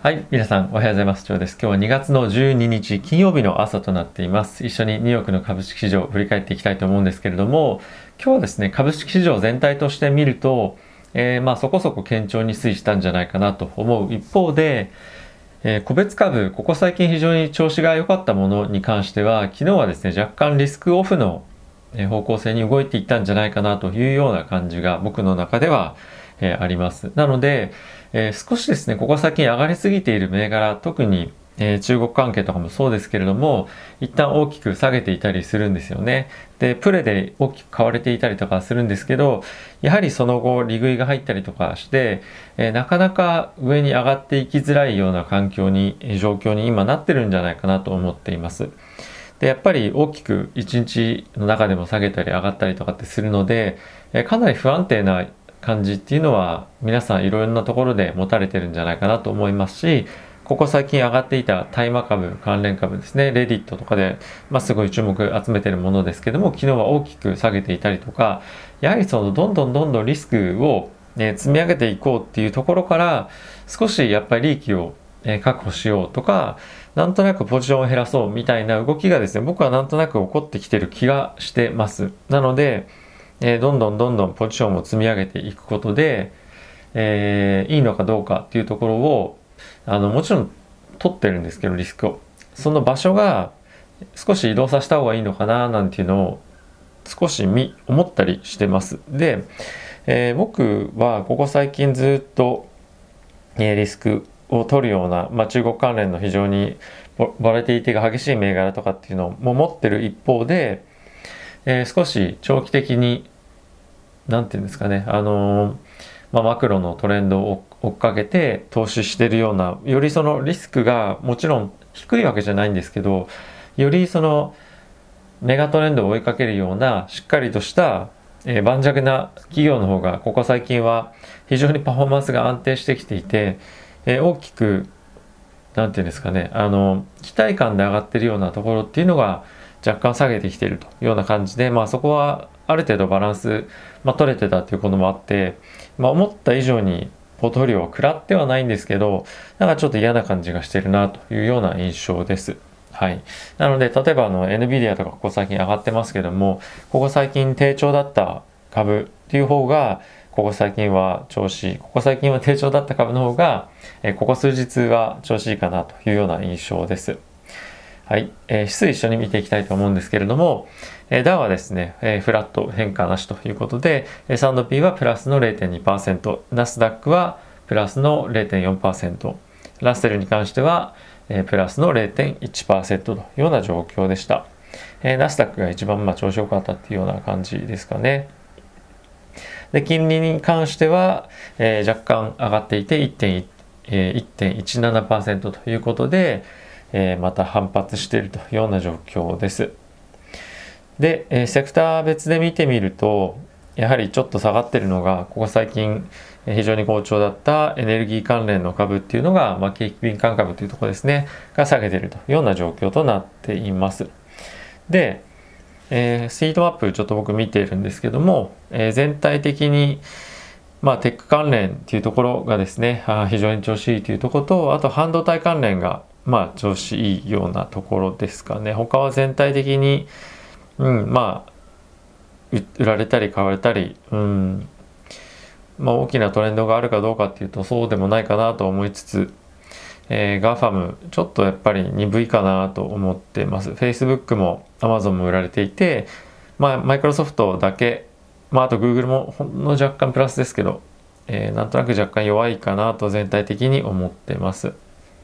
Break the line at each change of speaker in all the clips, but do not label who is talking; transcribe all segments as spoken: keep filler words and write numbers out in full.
はい、皆さんおはようございます。ジョーです。今日はにがつのじゅうににち金曜日の朝となっています。一緒にニューヨークの株式市場を振り返っていきたいと思うんですけれども、今日はですね、株式市場全体として見ると、えー、まあそこそこ堅調に推移したんじゃないかなと思う一方で、えー、個別株、ここ最近非常に調子が良かったものに関しては、昨日はですね、若干リスクオフの方向性に動いていったんじゃないかなというような感じが僕の中では、えー、あります。なので、えー、少しですね、ここ最近上がりすぎている銘柄、特に、えー、中国関係とかもそうですけれども、一旦大きく下げていたりするんですよね。で、プレで大きく買われていたりとかするんですけど、やはりその後、利食いが入ったりとかして、えー、なかなか上に上がっていきづらいような環境に、状況に今なってるんじゃないかなと思っています。で、やっぱり大きくいちにちの中でも下げたり上がったりとかってするので、えー、かなり不安定な感じっていうのは皆さんいろいろなところで持たれてるんじゃないかなと思いますし、ここ最近上がっていた大麻株関連株ですね、レディットとかで、まあ、すごい注目集めてるものですけども、昨日は大きく下げていたりとか、やはりそのどんどんどんどんリスクを、ね、積み上げていこうっていうところから少しやっぱり利益を確保しようとか、なんとなくポジションを減らそうみたいな動きがですね、僕はなんとなく起こってきてる気がしてます。なので、えー、どんどんどんどんポジションを積み上げていくことで、えー、いいのかどうかっていうところをあのもちろん取ってるんですけど、リスクをその場所が少し移動させた方がいいのかななんていうのを少しみ思ったりしてます。で、えー、僕はここ最近ずっと、えー、リスクを取るような、まあ、中国関連の非常にボラティリティが激しい銘柄とかっていうのも持ってる一方で、えー、少し長期的になんていうんですかね、あのー、まあ、マクロのトレンドを追っかけて投資してるような、よりそのリスクがもちろん低いわけじゃないんですけど、よりそのメガトレンドを追いかけるようなしっかりとした、えー、盤石な企業の方がここ最近は非常にパフォーマンスが安定してきていて、えー、大きくなんていうんですかね、あの期待感で上がってるようなところっていうのが若干下げてきているというような感じで、まあそこはある程度バランス、まあ、取れてたということもあって、まあ、思った以上にポートフォリオは食らってはないんですけど、なんかちょっと嫌な感じがしてるなというような印象です。はい。なので、例えばあの エヌビディア とかここ最近上がってますけども、ここ最近低調だった株っていう方が、ここ最近は調子いい、ここ最近は低調だった株の方が、えここ数日は調子いいかなというような印象です。はい、えー、指数一緒に見ていきたいと思うんですけれども、えー、ダウはですね、えー、フラット変化なしということで、エスアンドピー はプラスの れいてんにパーセント、ナスダックはプラスの れいてんよんパーセント、ラッセルに関しては、えー、プラスの れいてんいちパーセント というような状況でした。えー、ナスダックが一番まあ調子良かったっていうような感じですかね。で、金利に関しては、えー、若干上がっていて いってんいちななパーセント ということで、えー、また反発しているというような状況です。で、えー、セクター別で見てみると、やはりちょっと下がってるのが、ここ最近非常に好調だったエネルギー関連の株っていうのが、まあ、景気敏感株というところですね、が下げているというような状況となっています。で、えー、スイートマップちょっと僕見ているんですけども、えー、全体的にまあ、テック関連っていうところがですね、あ非常に調子いいというところと、あと半導体関連がまあ調子いいようなところですかね。他は全体的に、うん、まあ売られたり買われたり、うん、まあ大きなトレンドがあるかどうかっていうとそうでもないかなと思いつつ、えー、ガーファムちょっとやっぱり鈍いかなと思ってます。Facebook も Amazon も売られていて、まあマイクロソフトだけ、まああと Google もほんの若干プラスですけど、えー、なんとなく若干弱いかなと全体的に思ってます。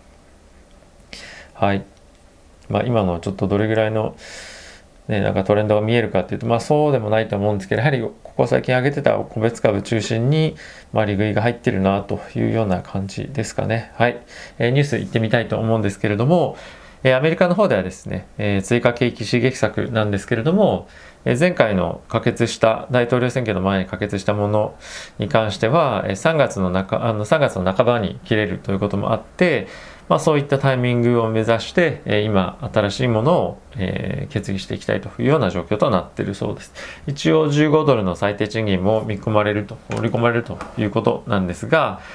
はい。まあ今のちょっとどれぐらいのね、なんかトレンドが見えるかっていうと、まあそうでもないと思うんですけど、やはりここ最近上げてた個別株中心に、まあ利食いが入ってるなというような感じですかね。はい。えー、ニュース行ってみたいと思うんですけれども、えー、アメリカの方ではですね、えー、追加景気刺激策なんですけれども、えー、前回の可決した大統領選挙の前に可決したものに関しては、えー、さんがつの中、あのさんがつの半ばに切れるということもあって、まあ、そういったタイミングを目指して、えー、今新しいものを、えー、決議していきたいというような状況となっているそうです。一応じゅうごドルの最低賃金も見込まれると、織り込まれるということなんですが、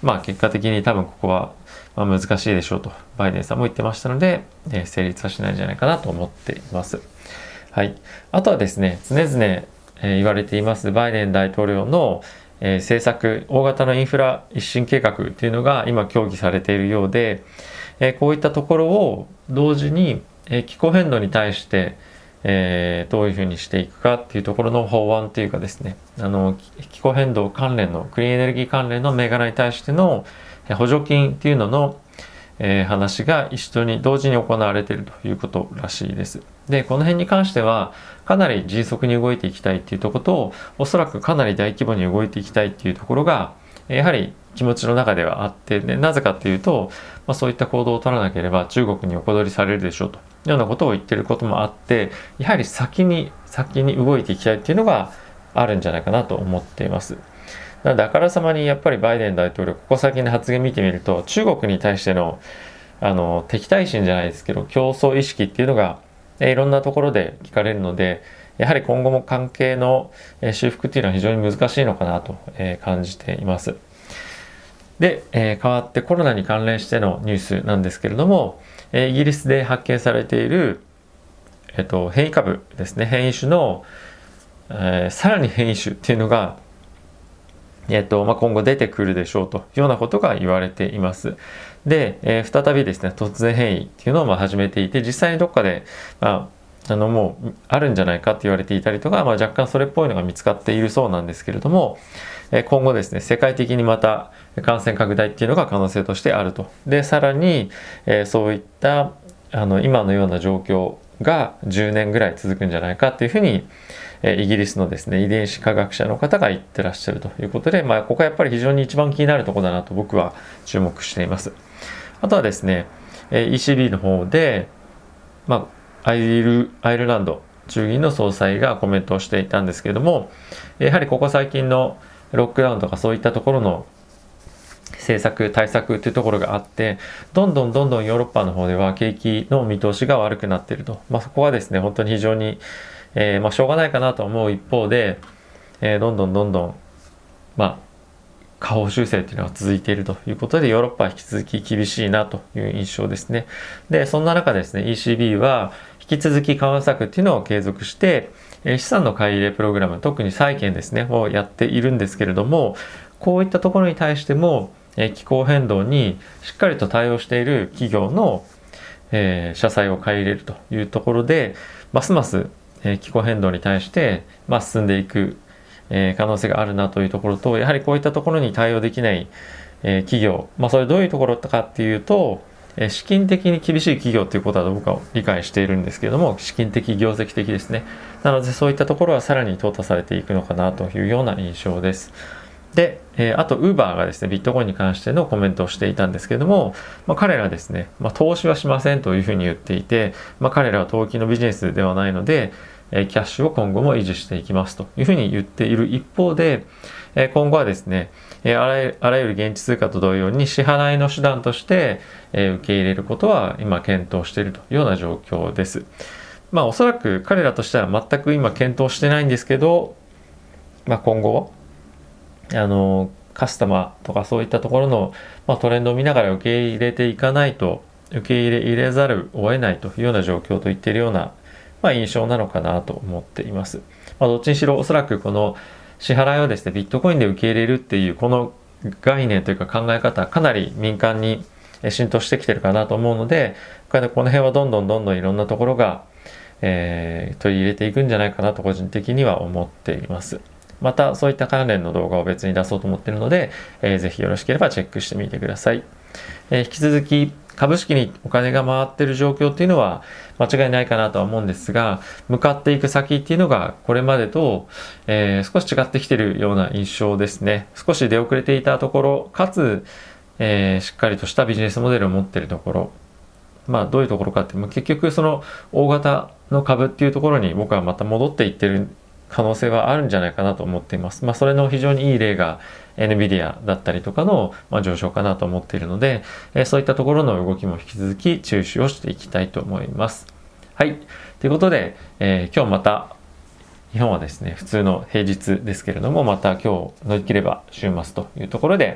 まあ結果的に多分ここはまあ難しいでしょうとバイデンさんも言ってましたので、えー、成立はしないんじゃないかなと思っています。はい。あとはですね、常々、えー、言われていますバイデン大統領の、えー、政策、大型のインフラ一新計画というのが今協議されているようで、えー、こういったところを同時に、えー、気候変動に対して、えー、どういうふうにしていくかっていうところの法案というかですね、あの気候変動関連のクリーンエネルギー関連の銘柄に対しての補助金っていうのの、えー、話が一緒に同時に行われているということらしいです。で、この辺に関してはかなり迅速に動いていきたいっていうところと、おそらくかなり大規模に動いていきたいっていうところがやはり気持ちの中ではあって、ね、なぜかっていうと、まあ、そういった行動を取らなければ中国に横取りされるでしょうというようなことを言っていることもあって、やはり先に先に動いていきたいっていうのがあるんじゃないかなと思っています。なのであからさまにやっぱりバイデン大統領ここ最近の発言見てみると、中国に対してのあの敵対心じゃないですけど競争意識っていうのがいろんなところで聞かれるので、やはり今後も関係の修復っていうのは非常に難しいのかなと感じています。で、えー、変わってコロナに関連してのニュースなんですけれども、えー、イギリスで発見されている、えっと、変異株ですね、変異種の、えー、さらに変異種っていうのが、えっとまあ、今後出てくるでしょうというようなことが言われています。で、えー、再びですね、突然変異っていうのをまあ始めていて、実際にどっかで、まあ、あのもうあるんじゃないかって言われていたりとか、まあ、若干それっぽいのが見つかっているそうなんですけれども、今後ですね、世界的にまた感染拡大っていうのが可能性としてあると。で、さらに、えー、そういったあの今のような状況がじゅうねんぐらい続くんじゃないかっていうふうに、えー、イギリスのですね、遺伝子科学者の方が言ってらっしゃるということで、まあ、ここはやっぱり非常に一番気になるところだなと僕は注目しています。あとはですね、えー、イーシービー の方で、まあ、アイル、アイルランド中銀の総裁がコメントをしていたんですけれども、やはりここ最近のロックダウンとかそういったところの政策対策というところがあって、どんどんどんどんヨーロッパの方では景気の見通しが悪くなっていると、まあ、そこはですね本当に非常に、えーまあ、しょうがないかなと思う一方で、えー、どんどんどんどんまあ下方修正というのが続いているということで、ヨーロッパは引き続き厳しいなという印象ですね。で、そんな中ですね イーシービー は引き続き緩和策っていうのを継続して、資産の買い入れプログラム、特に債券ですねをやっているんですけれども、こういったところに対しても気候変動にしっかりと対応している企業の、えー、社債を買い入れるというところで、ますます、えー、気候変動に対して、まあ、進んでいく、えー、可能性があるなというところと、やはりこういったところに対応できない、えー、企業、まあ、それどういうところかっていうと、資金的に厳しい企業ということは僕は理解しているんですけれども、資金的業績的ですね。なのでそういったところはさらに淘汰されていくのかなというような印象です。で、えー、あと Uber がですねビットコインに関してのコメントをしていたんですけれども、まあ、彼らですね、まあ、投資はしませんというふうに言っていて、まあ、彼らは投機のビジネスではないので、えー、キャッシュを今後も維持していきますというふうに言っている一方で、えー、今後はですね、えー、あらゆる、あらゆる現地通貨と同様に支払いの手段として、えー、受け入れることは今検討しているというような状況です。まあおそらく彼らとしては全く今検討してないんですけど、まあ、今後あのカスタマーとかそういったところの、まあ、トレンドを見ながら受け入れていかないと、受け入れ入れざるを得ないというような状況と言っているような、まあ、印象なのかなと思っています。まあ、どっちにしろおそらくこの支払いをですねビットコインで受け入れるっていうこの概念というか考え方、かなり民間に浸透してきてるかなと思うので、この辺はどんどんどんどんいろんなところが、えー、取り入れていくんじゃないかなと個人的には思っています。またそういった関連の動画を別に出そうと思っているので、えー、ぜひよろしければチェックしてみてください。えー、引き続き株式にお金が回っている状況っていうのは間違いないかなとは思うんですが、向かっていく先っていうのがこれまでと、えー、少し違ってきているような印象ですね。少し出遅れていたところかつ、えー、しっかりとしたビジネスモデルを持っているところ、まあどういうところかって、結局その大型の株っていうところに僕はまた戻っていってる可能性はあるんじゃないかなと思っています。まあそれの非常にいい例が エヌビディア だったりとかの、まあ、上昇かなと思っているので、えー、そういったところの動きも引き続き注視をしていきたいと思います。はい。ということで、えー、今日また日本はですね、普通の平日ですけれども、また今日乗り切れば週末というところで、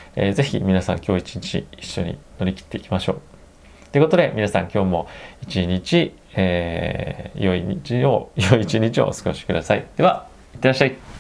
えー、ぜひ皆さん今日一日一緒に乗り切っていきましょう。ということで皆さん今日も一日、えー、良い日を良い一日をお過ごしください。では、いってらっしゃい。